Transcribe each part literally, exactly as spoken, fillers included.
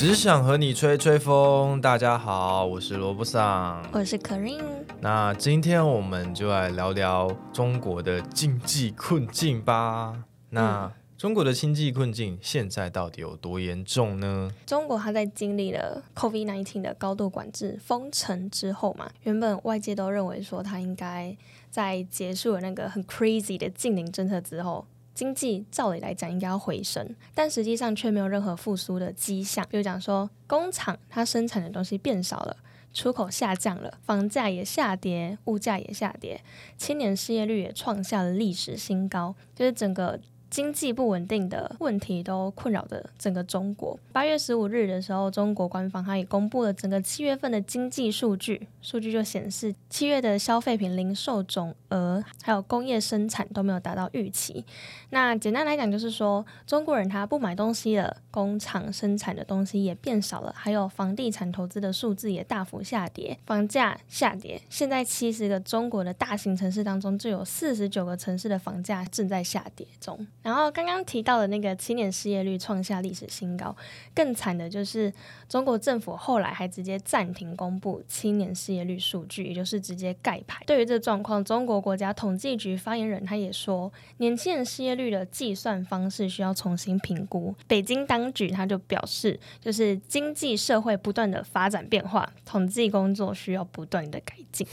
只想和你吹吹风。大家好，我是罗布桑， 我是 Karin。 那今天我们就来聊聊中国的经济困境吧。那、嗯中国的经济困境现在到底有多严重呢？ 中国它在经历了 COVID 十九 的高度管制封城之后嘛，原本外界都认为说它应该在结束了那个很 crazy 的禁令政策之后，经济照理来讲应该要回升，但实际上却没有任何复苏的迹象。比如讲说工厂它生产的东西变少了，出口下降了，房价也下跌，物价也下跌，青年失业率也创下了历史新高，就是整个经济不稳定的问题都困扰着整个中国。八月十五日的时候，中国官方它也公布了整个七月份的经济数据，数据就显示七月的消费品零售总额还有工业生产都没有达到预期。那简单来讲就是说，中国人他不买东西了，工厂生产的东西也变少了，还有房地产投资的数字也大幅下跌，房价下跌。现在七十个中国的大型城市当中，就有四十九个城市的房价正在下跌中。然后刚刚提到的那个青年失业率创下历史新高，更惨的就是中国政府后来还直接暂停公布青年失业率数据，也就是直接盖牌。对于这状况，中国国家统计局发言人他也说，年轻人失业率的计算方式需要重新评估。北京当局他就表示，就是经济社会不断的发展变化，统计工作需要不断的改进。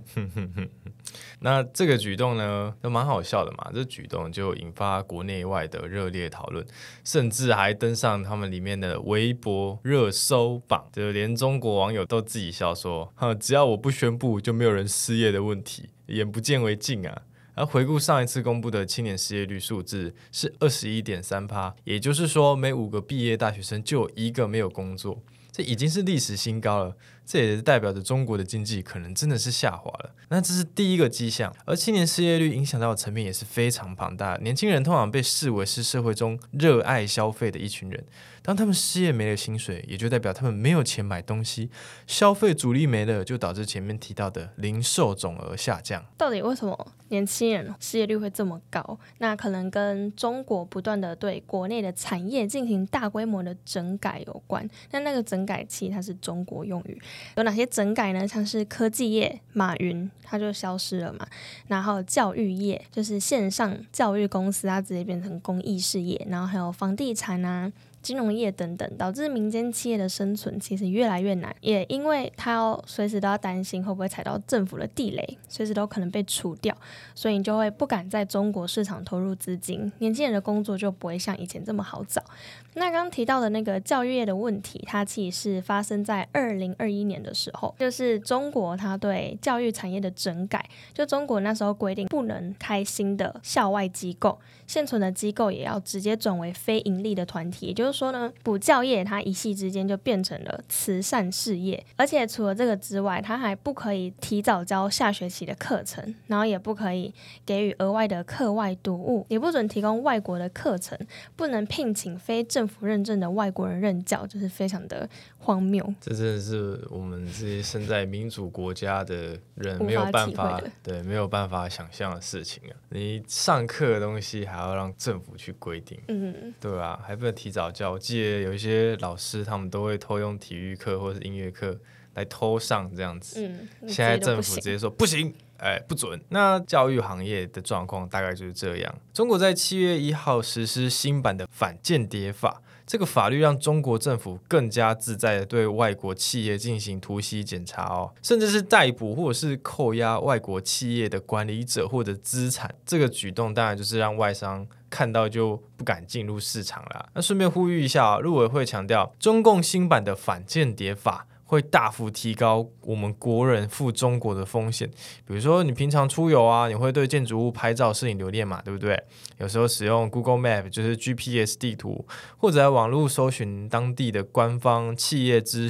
那这个举动呢都蛮好笑的嘛，这举动就引发国内外的热烈讨论，甚至还登上他们里面的微博热搜榜，就连中国网友都自己笑说，只要我不宣布就没有人失业的问题，眼不见为净啊。而回顾上一次公布的青年失业率数字是 百分之二十一点三， 也就是说每五个毕业大学生就有一个没有工作，这已经是历史新高了。这也代表着中国的经济可能真的是下滑了，那这是第一个迹象。而青年失业率影响到的层面也是非常庞大的，年轻人通常被视为是社会中热爱消费的一群人，当他们失业没了薪水，也就代表他们没有钱买东西，消费主力没了，就导致前面提到的零售总额下降。 到底为什么年轻人失业率会这么高？那可能跟中国不断的对国内的产业进行大规模的整改有关。那那个整改其实它是中国用语，有哪些整改呢？像是科技业，马云他就消失了嘛，然后教育业就是线上教育公司，它直接变成公益事业，然后还有房地产啊、金融业等等，导致民间企业的生存其实越来越难，也因为他要随时都要担心会不会踩到政府的地雷，随时都可能被除掉，所以你就会不敢在中国市场投入资金，年轻人的工作就不会像以前这么好找。那刚刚提到的那个教育业的问题，它其实是发生在二零二一年的时候，就是中国它对教育产业的整改，就中国那时候规定不能开新的校外机构，现存的机构也要直接转为非盈利的团体，也就是说呢，补教业它一夕之间就变成了慈善事业。而且除了这个之外，它还不可以提早教下学期的课程，然后也不可以给予额外的课外读物，也不准提供外国的课程，不能聘请非政府认证的外国人任教，就是非常的荒谬。 这真的是我们这些身在民主国家的人没有办法对没有办法想象的事情啊！你上课的东西还要让政府去规定，嗯，对啊，还不能提早教。我记得有一些老师他们都会偷用体育课或是音乐课来偷上这样子，嗯，现在政府直接说不行。哎，不准。那教育行业的状况大概就是这样。中国在七月一号实施新版的反间谍法，这个法律让中国政府更加自在的对外国企业进行突袭检查哦，甚至是逮捕或者是扣押外国企业的管理者或者资产。这个举动当然就是让外商看到就不敢进入市场啦。那顺便呼吁一下，陆委会强调，中共新版的反间谍法会大幅提高我们国人赴中国的风险。比如说你平常出游啊，你会对建筑物拍照摄影留念嘛，对不对？有时候使用 Google Map 就是 G P S 地图，或者在网络搜寻当地的官方企业资讯，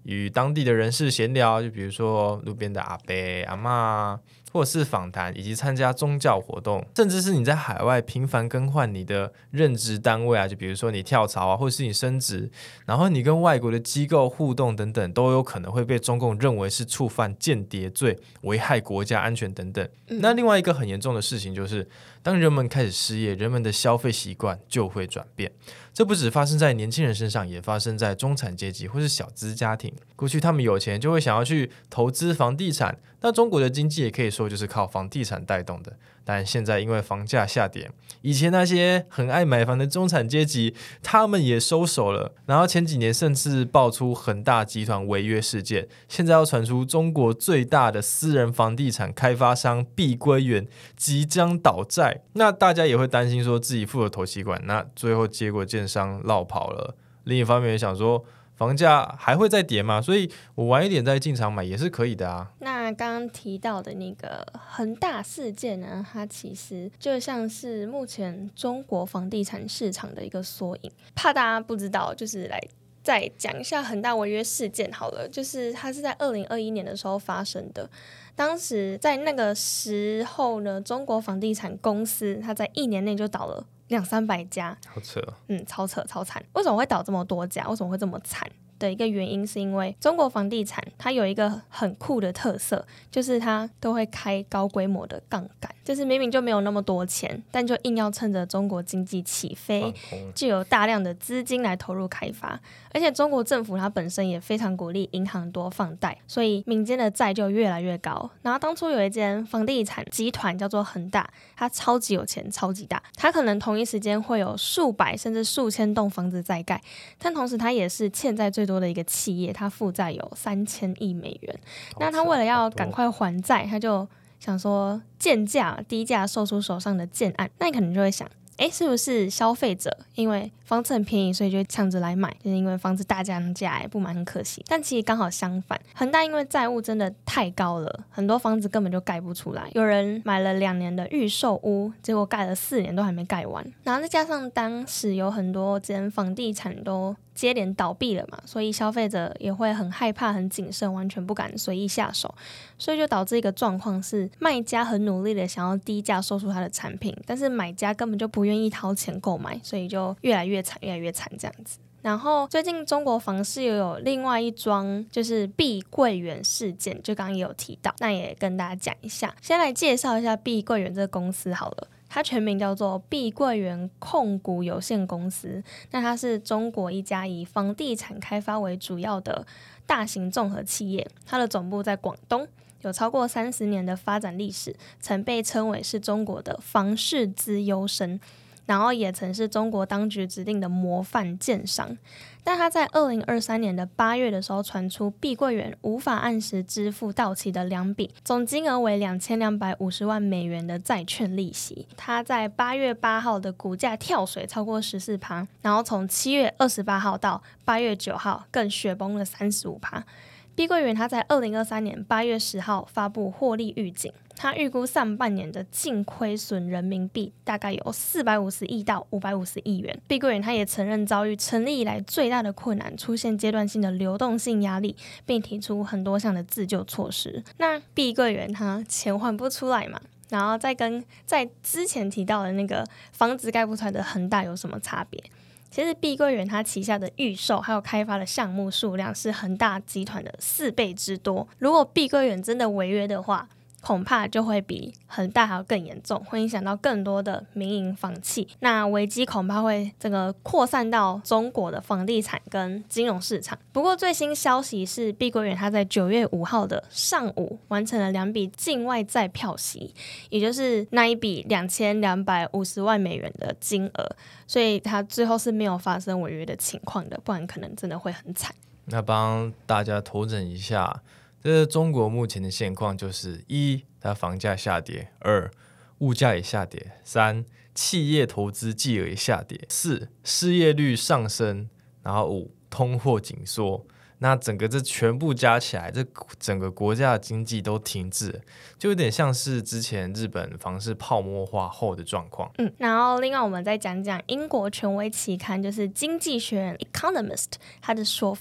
与当地的人士闲聊，就比如说路边的阿伯阿嬷，或者是访谈，以及参加宗教活动，甚至是你在海外频繁更换你的任职单位啊，就比如说你跳槽啊，或者是你升职，然后你跟外国的机构互动等等，都有可能会被中共认为是触犯间谍罪、危害国家安全等等。嗯、那另外一个很严重的事情就是，当人们开始失业，人们的消费习惯就会转变。这不只发生在年轻人身上，也发生在中产阶级或是小资家庭。过去他们有钱就会想要去投资房地产，那中国的经济也可以说就是靠房地产带动的。但现在因为房价下跌，以前那些很爱买房的中产阶级他们也收手了，然后前几年甚至爆出恒大集团违约事件，现在要传出中国最大的私人房地产开发商碧桂园即将倒债，那大家也会担心说自己付了头期款，那最后结果建商落跑了。另一方面也想说房价还会再跌嘛，所以我晚一点再进场买也是可以的啊。 那刚刚提到的那个恒大事件呢，它其实就像是目前中国房地产市场的一个缩影。怕大家不知道，就是来再讲一下恒大违约事件好了。就是它是在二零二一年的时候发生的，当时在那个时候呢，中国房地产公司它在一年内就倒了两三百家， 好扯哦。 嗯，超扯超惨。为什么会倒这么多家？为什么会这么惨？的一个原因是因为中国房地产它有一个很酷的特色，就是它都会开高规模的杠杆，就是明明就没有那么多钱，但就硬要趁着中国经济起飞，就有大量的资金来投入开发。而且中国政府它本身也非常鼓励银行多放贷，所以民间的债就越来越高。然后当初有一间房地产集团叫做恒大，它超级有钱，超级大，它可能同一时间会有数百甚至数千栋房子在盖，但同时它也是欠债最多的一个企业，它负债有三千亿美元。那他为了要赶快还债，他就想说贱价低价售出手上的建案。那你可能就会想，哎，是不是消费者因为房子很便宜，所以就抢着来买，就是因为房子大降价，不买很可惜。但其实刚好相反，恒大因为债务真的太高了，很多房子根本就盖不出来。有人买了两年的预售屋，结果盖了四年都还没盖完。然后再加上当时有很多间房地产都接连倒闭了嘛，所以消费者也会很害怕、很谨慎，完全不敢随意下手，所以就导致一个状况是，卖家很努力的想要低价售出他的产品，但是买家根本就不愿意掏钱购买，所以就越来越惨，越来越惨这样子。然后最近中国房市又有另外一桩，就是碧桂园事件，就刚刚也有提到，那也跟大家讲一下。先来介绍一下碧桂园这个公司好了。它全名叫做碧桂园控股有限公司，那它是中国一家以房地产开发为主要的大型综合企业，它的总部在广东，有超过三十年的发展历史，曾被称为是中国的房市资优生，然后也曾是中国当局指定的模范建商。但他在二零二三年的八月的时候传出碧桂园无法按时支付到期的两笔总金额为两千两百五十万美元的债券利息，他在八月八号的股价跳水超过 百分之十四， 然后从七月二十八号到八月九号更雪崩了 百分之三十五。碧桂园它在二零二三年八月十号发布获利预警，它预估上半年的净亏损人民币大概有四百五十亿到五百五十亿元。碧桂园它也承认遭遇成立以来最大的困难，出现阶段性的流动性压力，并提出很多项的自救措施。那碧桂园它钱还不出来嘛，然后再跟在之前提到的那个房子盖不出来的恒大有什么差别？其实碧桂园它旗下的预售还有开发的项目数量是恒大集团的四倍之多。如果碧桂园真的违约的话，恐怕就会比恒大还要更严重，会影响到更多的民营房企。那危机恐怕会整个扩散到中国的房地产跟金融市场。不过最新消息是，碧桂园它在九月五号的上午完成了两笔境外债票息，也就是那一笔两千两百五十万美元的金额，所以它最后是没有发生违约的情况的，不然可能真的会很惨。 那帮大家统整一下，这中国目前的现况就是一，它房价下跌；二，物价也下跌；三，企业投资季额也下跌；四，失业率上升；然后五，通货紧缩。那整个这全部加起来，这整个国家的经济都停滞了，就有点像是之前日本房市泡沫化后的状况。 嗯，然后另外我们再讲讲英国权威期刊就是《经济学人》 Economist 他的说法。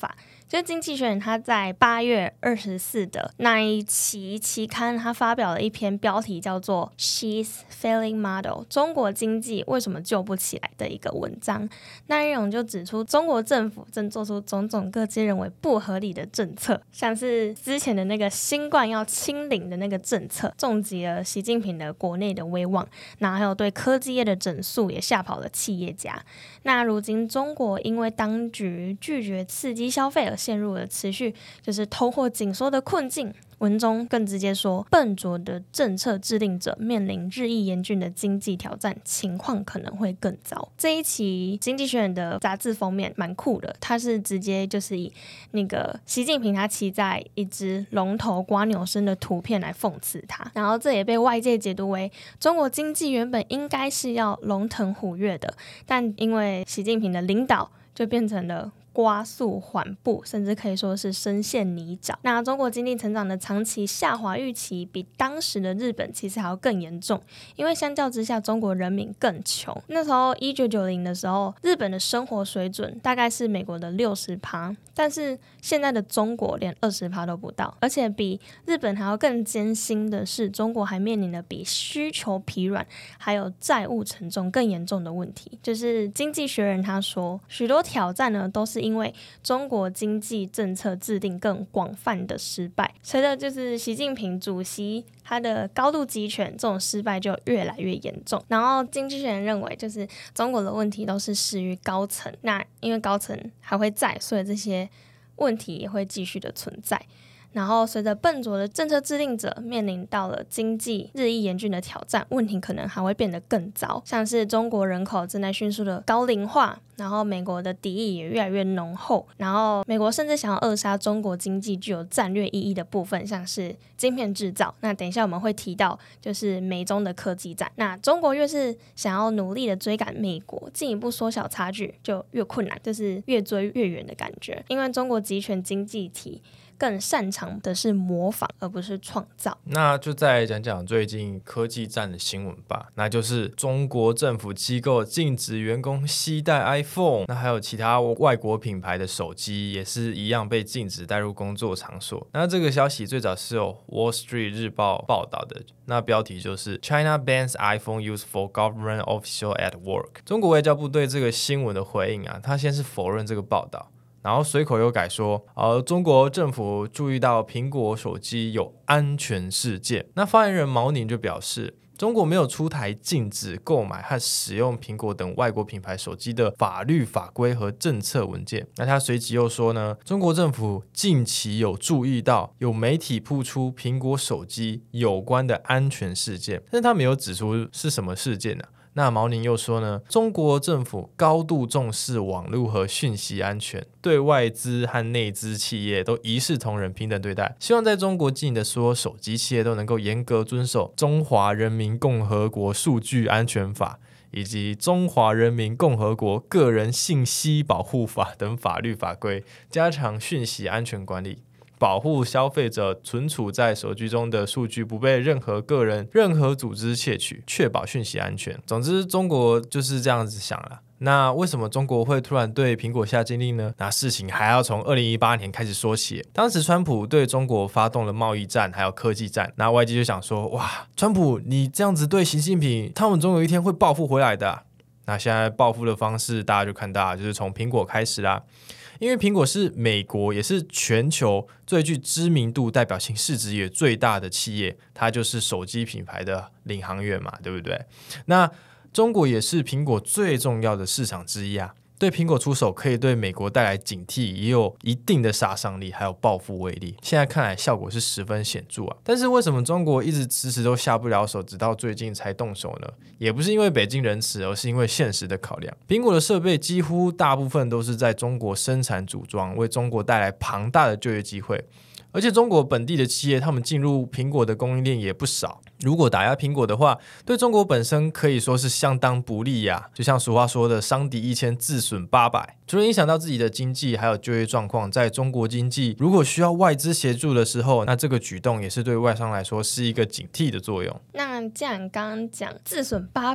就是经济学人他在八月二十四的那一期期刊，他发表了一篇标题叫做 She's Failing Model 中国经济为什么救不起来的一个文章。内容就指出中国政府正做出种种各界认为不合理的政策，像是之前的那个新冠要清零的那个政策，重击了习近平的国内的威望，那还有对科技业的整肃也吓跑了企业家。那如今中国因为当局拒绝刺激消费而陷入了持续就是通货紧缩的困境。文中更直接说，笨拙的政策制定者面临日益严峻的经济挑战，情况可能会更糟。这一期经济学人的杂志封面蛮酷的，它是直接就是以那个习近平他骑在一只龙头瓜牛身的图片来讽刺他，然后这也被外界解读为中国经济原本应该是要龙腾虎跃的，但因为习近平的领导就变成了瓜速缓步，甚至可以说是深陷泥沼。那中国经济成长的长期下滑预期比当时的日本其实还要更严重，因为相较之下中国人民更穷。那时候一九九零的时候，日本的生活水准大概是美国的 百分之六十， 但是现在的中国连 百分之二十 都不到，而且比日本还要更艰辛的是，中国还面临了比需求疲软还有债务沉重更严重的问题。就是经济学人他说，许多挑战呢都是因为中国经济政策制定更广泛的失败，随着就是习近平主席他的高度集权，这种失败就越来越严重。然后经济学人认为，就是中国的问题都是始于高层，那因为高层还会在，所以这些问题也会继续的存在。然后随着笨拙的政策制定者面临到了经济日益严峻的挑战，问题可能还会变得更糟，像是中国人口正在迅速的高龄化，然后美国的敌意也越来越浓厚，然后美国甚至想要扼杀中国经济具有战略意义的部分，像是晶片制造。那等一下我们会提到就是美中的科技战，那中国越是想要努力的追赶美国，进一步缩小差距就越困难，就是越追越远的感觉。因为中国集权经济体更擅长的是模仿而不是创造。 那就再来讲讲最近科技战的新闻吧，那就是中国政府机构禁止员工携带 iPhone， 那还有其他外国品牌的手机也是一样被禁止带入工作场所。那这个消息最早是由 Wall Street 日报报道的，那标题就是 China bans iPhone use for government official at work。 中国外交部对这个新闻的回应啊，他先是否认这个报道，然后随口又改说，呃，中国政府注意到苹果手机有安全事件。那发言人毛宁就表示，中国没有出台禁止购买和使用苹果等外国品牌手机的法律法规和政策文件。那他随即又说呢，中国政府近期有注意到有媒体曝出苹果手机有关的安全事件，但是他没有指出是什么事件呢、啊？那毛宁又说呢，中国政府高度重视网络和讯息安全，对外资和内资企业都一视同仁，平等对待，希望在中国经营的所有手机企业都能够严格遵守中华人民共和国数据安全法以及中华人民共和国个人信息保护法等法律法规，加强讯息安全管理，保护消费者存储在手机中的数据不被任何个人、任何组织窃取，确保讯息安全。总之，中国就是这样子想了。那为什么中国会突然对苹果下禁令呢？那事情还要从二零一八年开始说起。当时川普对中国发动了贸易战还有科技战，那外界就想说，哇，川普你这样子对习近平，他们总有一天会报复回来的、啊。那现在报复的方式大家就看到，就是从苹果开始啦。因为苹果是美国也是全球最具知名度、代表性、市值也最大的企业，它就是手机品牌的领航员嘛，对不对？那中国也是苹果最重要的市场之一啊，对苹果出手可以对美国带来警惕，也有一定的杀伤力，还有报复威力。现在看来效果是十分显著啊。但是为什么中国一直迟迟都下不了手，直到最近才动手呢？也不是因为北京仁慈，而是因为现实的考量。苹果的设备几乎大部分都是在中国生产组装，为中国带来庞大的就业机会。而且中国本地的企业他们进入苹果的供应链也不少，如果打压苹果的话，对中国本身可以说是相当不利呀、啊。就像俗话说的，伤敌一千自损八百。除了影响到自己的经济还有就业状况，在中国经济如果需要外资协助的时候，那这个举动也是对外商来说是一个警惕的作用。 那既然刚刚讲自损八百，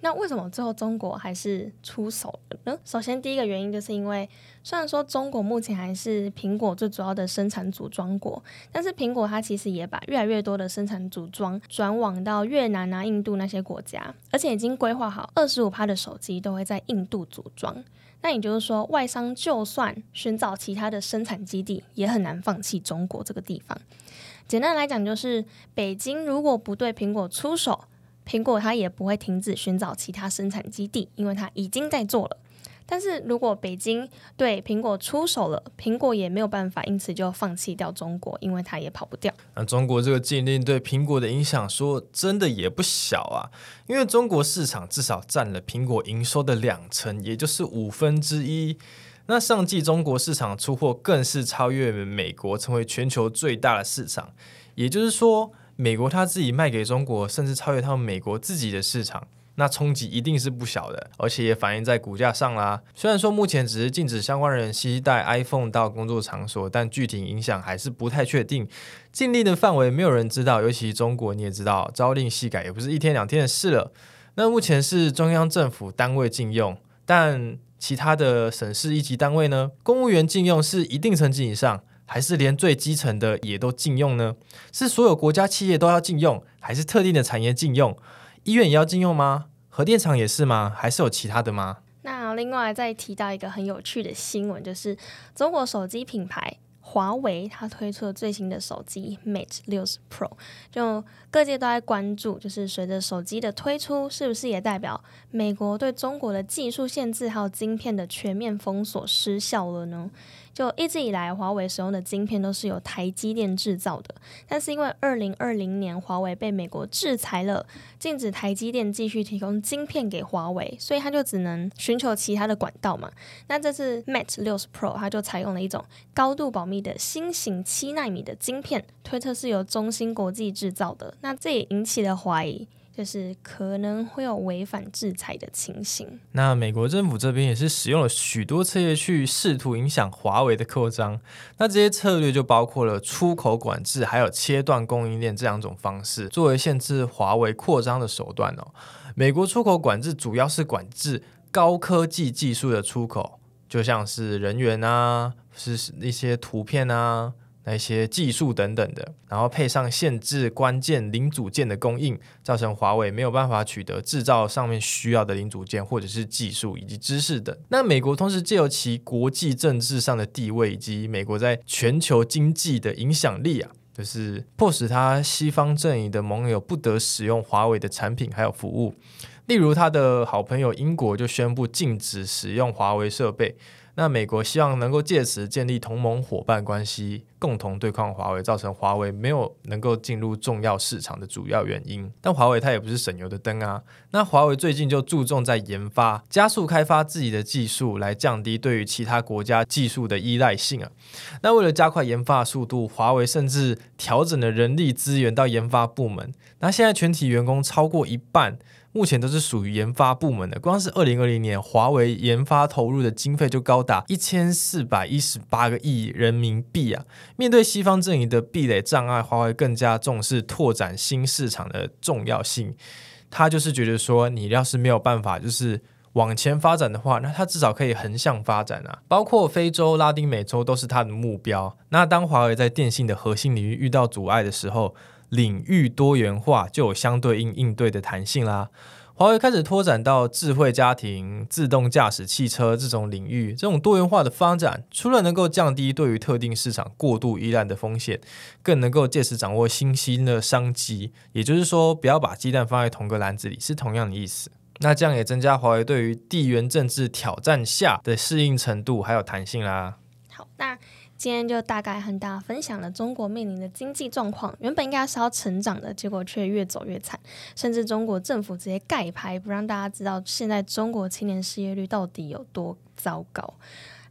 那为什么最后中国还是出手了呢？首先第一个原因就是因为虽然说中国目前还是苹果最主要的生产组装国，但是苹果它其实也把越来越多的生产组装转往到越南啊、印度那些国家，而且已经规划好 百分之二十五 的手机都会在印度组装。那也就是说，外商就算寻找其他的生产基地，也很难放弃中国这个地方。简单来讲，就是北京如果不对苹果出手，苹果它也不会停止寻找其他生产基地，因为它已经在做了。但是如果北京对苹果出手了，苹果也没有办法因此就放弃掉中国，因为它也跑不掉。 那中国这个禁令对苹果的影响说真的也不小啊，因为中国市场至少占了苹果营收的两成，也就是五分之一。那上季中国市场出货更是超越美国，成为全球最大的市场，也就是说美国它自己卖给中国，甚至超越他们美国自己的市场，那冲击一定是不小的，而且也反映在股价上啦。虽然说目前只是禁止相关人携带 iPhone 到工作场所，但具体影响还是不太确定。禁令的范围没有人知道，尤其中国你也知道，朝令夕改也不是一天两天的事了。那目前是中央政府单位禁用，但其他的省市一级单位呢？公务员禁用是一定层级以上，还是连最基层的也都禁用呢？是所有国家企业都要禁用，还是特定的产业禁用？医院也要禁用吗？核电厂也是吗？还是有其他的吗？ 那另外再提到一个很有趣的新闻，就是中国手机品牌华为它推出了最新的手机 Mate 六十 Pro， 就各界都在关注，就是随着手机的推出，是不是也代表美国对中国的技术限制还有晶片的全面封锁失效了呢？就一直以来华为使用的晶片都是由台积电制造的，但是因为二零二零年华为被美国制裁了，禁止台积电继续提供晶片给华为，所以它就只能寻求其他的管道嘛。那这次 Mate 六十 Pro 它就采用了一种高度保密的新型七奈米的晶片，推测是由中芯国际制造的，那这也引起了怀疑，就是可能会有违反制裁的情形。 那美国政府这边也是使用了许多策略去试图影响华为的扩张，那这些策略就包括了出口管制还有切断供应链这两种方式，作为限制华为扩张的手段哦。美国出口管制主要是管制高科技技术的出口，就像是人员啊，是一些图片啊，那些技术等等的，然后配上限制关键零组件的供应，造成华为没有办法取得制造上面需要的零组件或者是技术以及知识等。那美国同时借由其国际政治上的地位以及美国在全球经济的影响力啊，就是迫使他西方阵营的盟友不得使用华为的产品还有服务。例如他的好朋友英国就宣布禁止使用华为设备，那美国希望能够借此建立同盟伙伴关系，共同对抗华为，造成华为没有能够进入重要市场的主要原因。但华为它也不是省油的灯啊，那华为最近就注重在研发，加速开发自己的技术，来降低对于其他国家技术的依赖性啊。那为了加快研发速度，华为甚至调整了人力资源到研发部门，那现在全体员工超过一半目前都是属于研发部门的，光是二零二零年华为研发投入的经费就高达一千四百一十八个亿人民币啊！面对西方阵营的壁垒障碍，华为更加重视拓展新市场的重要性。他就是觉得说，你要是没有办法就是往前发展的话，那他至少可以横向发展啊，包括非洲、拉丁美洲都是他的目标。那当华为在电信的核心领域遇到阻碍的时候，领域多元化就有相对应应对的弹性啦。华为开始拓展到智慧家庭、自动驾驶汽车这种领域，这种多元化的发展，除了能够降低对于特定市场过度依赖的风险，更能够借此掌握新兴的商机。也就是说，不要把鸡蛋放在同个篮子里，是同样的意思。那这样也增加华为对于地缘政治挑战下的适应程度还有弹性啦。 好，那今天就大概和大家分享了中国面临的经济状况，原本应该是要成长的，结果却越走越惨，甚至中国政府直接盖牌，不让大家知道现在中国青年失业率到底有多糟糕。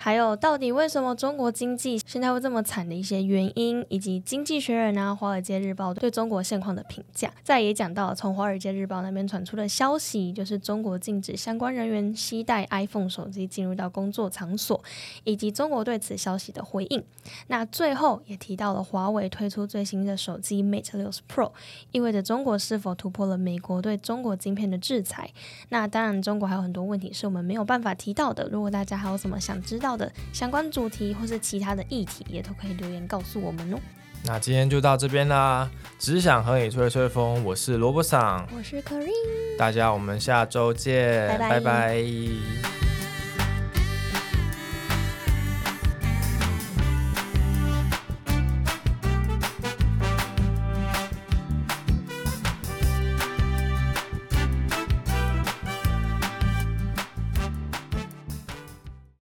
还有到底为什么中国经济现在会这么惨的一些原因，以及经济学人啊、华尔街日报对中国现况的评价。再也讲到从华尔街日报那边传出的消息，就是中国禁止相关人员携带 iPhone 手机进入到工作场所，以及中国对此消息的回应。那最后也提到了华为推出最新的手机 Mate 六十 Pro， 意味着中国是否突破了美国对中国晶片的制裁。那当然中国还有很多问题是我们没有办法提到的，如果大家还有什么想知道的相关主题或是其他的议题，也都可以留言告诉我们哦。 那今天就到这边啦，只想和你吹吹风，我是萝卜桑， 我是 Corinne， 大家我们下周见， 拜拜。 拜拜。